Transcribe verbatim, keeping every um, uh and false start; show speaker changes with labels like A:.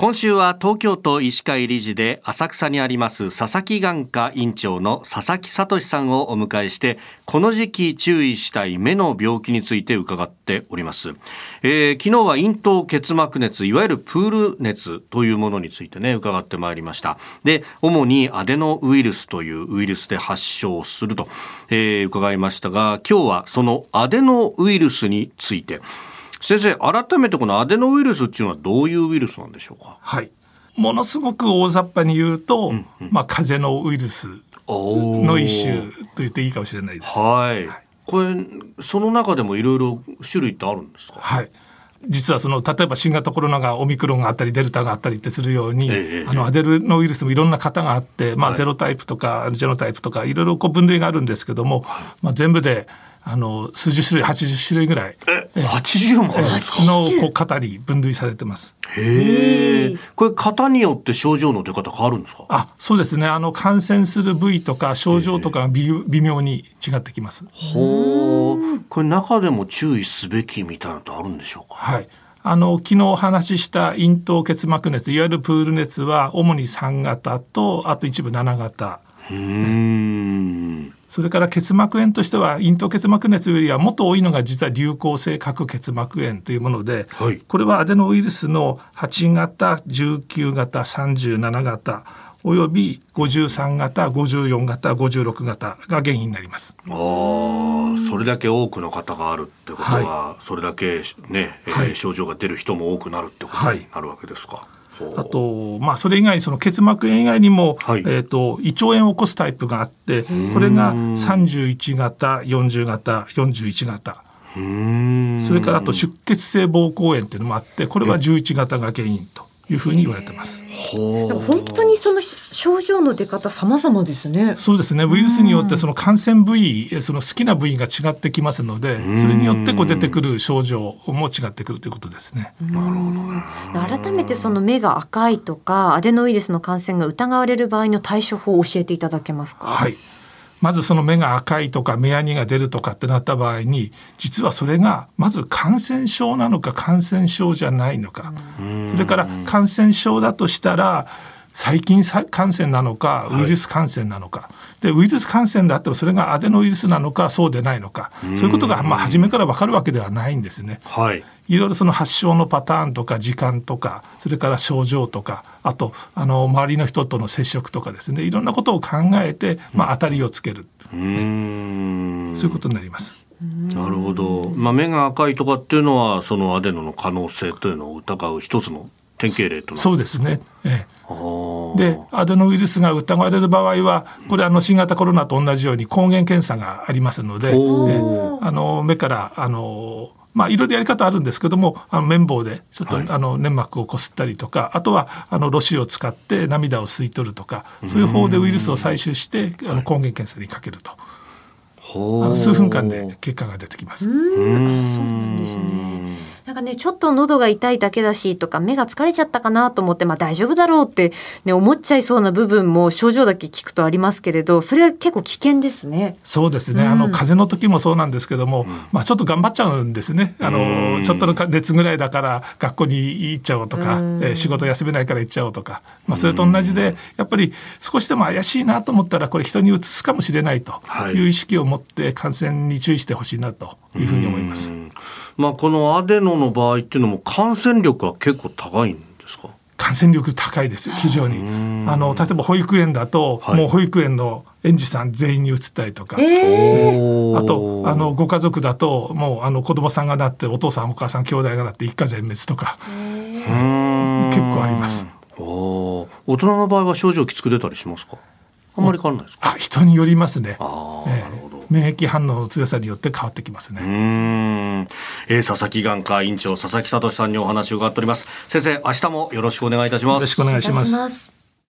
A: 今週は東京都医師会理事で浅草にあります佐々木眼科院長の佐々木聡さんをお迎えして、この時期注意したい目の病気について伺っております。えー、昨日は咽頭結膜熱、いわゆるプール熱というものについてね伺ってまいりました。で、主にアデノウイルスというウイルスで発症すると、えー、伺いましたが、今日はそのアデノウイルスについて、先生、改めてこのアデノウイルスっていうのはどういうウイルスなんでしょうか。
B: はい、ものすごく大雑把に言うと、うんうん、まあ、風邪のウイルスの一種と言っていいかもしれないです。
A: はい、はい、これその中でもいろいろ種類ってあるんですか。
B: はい、実はその例えば新型コロナがオミクロンがあったりデルタがあったりってするように、ええ、あのアデノウイルスもいろんな型があって、まあ、ゼロタイプとかジェノタイプとかいろいろこう分類があるんですけども、まあ、全部であの数十種類はちじゅっ種類ぐらい
A: えはちじゅうもあるんですか。
B: のこう型に分類されてます。
A: へえ。これ型によって症状の出方変わるんですか。
B: あ、そうですね。あの感染する部位とか症状とかが微妙に違ってきます。
A: ほう。これ中でも注意すべきみたいなのってあるんでしょうか。
B: はい、あの昨日お話しした咽頭結膜熱、いわゆるプール熱は主にさん型とあと一部なな型。うーん、それから結膜炎としては咽頭結膜熱よりはもっと多いのが実は流行性核結膜炎というもので、はい、これはアデノウイルスのはち型、じゅうきゅう型、さんじゅうなな型およびごじゅうさん型、ごじゅうよん型、ごじゅうろく型が原因になります。
A: あ、それだけ多くの方があるってことは、はい、それだけ、ね、はい、えー、症状が出る人も多くなるってことになるわけですか。はい、
B: あと、まあ、それ以外にその結膜炎以外にも、はい、えーと、胃腸炎を起こすタイプがあって、これがさんじゅういち型、よんじゅう型、よんじゅういち型、うーん、それからあと出血性膀胱炎というのもあって、これはじゅういち型が原因というふうに言われてます。
C: 本当にその症状の出方様々ですね。
B: そうですね。ウイルスによってその感染部位、その好きな部位が違ってきますので、それによってこう出てくる症状も違ってくるということですね。
C: なるほど。改めてその目が赤いとかアデノウイルスの感染が疑われる場合の対処法を教えていただけますか。
B: はい、まずその目が赤いとか目やにが出るとかってなった場合に、実はそれがまず感染症なのか感染症じゃないのか、それから感染症だとしたら細菌感染なのかウイルス感染なのか、はい、でウイルス感染だったらそれがアデノウイルスなのかそうでないのか、そういうことがまあ初めから分かるわけではないんですね。はい、いろいろその発症のパターンとか時間とか、それから症状とか、あとあの周りの人との接触とかですね、いろんなことを考えて、まあ、当たりをつける、うーん、そういうことになります。
A: なるほど。まあ、目が赤いとかっていうのはそのアデノの可能性というのを疑う一つの典型例となる。
B: そうですね、ええ、でアデノウイルスが疑われる場合はこれあの新型コロナと同じように抗原検査がありますので、えあの目からあのまあ、いろいろやり方あるんですけども、あの綿棒でちょっと、はい、あの粘膜をこすったりとか、あとはあのろ紙を使って涙を吸い取るとか、そういう方でウイルスを採取してあの抗原検査にかけると、あの数分間で結果が出てきます。
C: うーん、そうなんですね。なんかね、ちょっと喉が痛いだけだしとか目が疲れちゃったかなと思って、まあ、大丈夫だろうって、ね、思っちゃいそうな部分も症状だけ聞くとありますけれど、それは結構危険ですね。
B: そうですね、うん、あの風邪の時もそうなんですけども、うん、まあ、ちょっと頑張っちゃうんですね。あのちょっとの熱ぐらいだから学校に行っちゃおうとか、えー、仕事休めないから行っちゃおうとか、まあ、それと同じでやっぱり少しでも怪しいなと思ったらこれ人にうつすかもしれないという意識を持って感染に注意してほしいなというふうに思います。
A: うん、まあ、このアデノの場合っていうのも感染力は結構高いんですか。
B: 感染力高いです、非常に。あの例えば保育園だと、はい、もう保育園の園児さん全員に移ったりとか、えー、あとあのご家族だともうあの子供さんがなってお父さんお母さん兄弟がなって一家全滅とか、えー、結構あります。
A: 大人の場合は症状きつく出たりしますか。あんまり変わらないですか。
B: あ、人によりますね。
A: あ、えー、なるほど。
B: 免疫反応の強さによって変わってきますね。
A: うーん、えー、佐々木眼科院長佐々木聡さんにお話を伺っております。先生、明日もよろしくお願いいたします。
B: よろしくお願いします。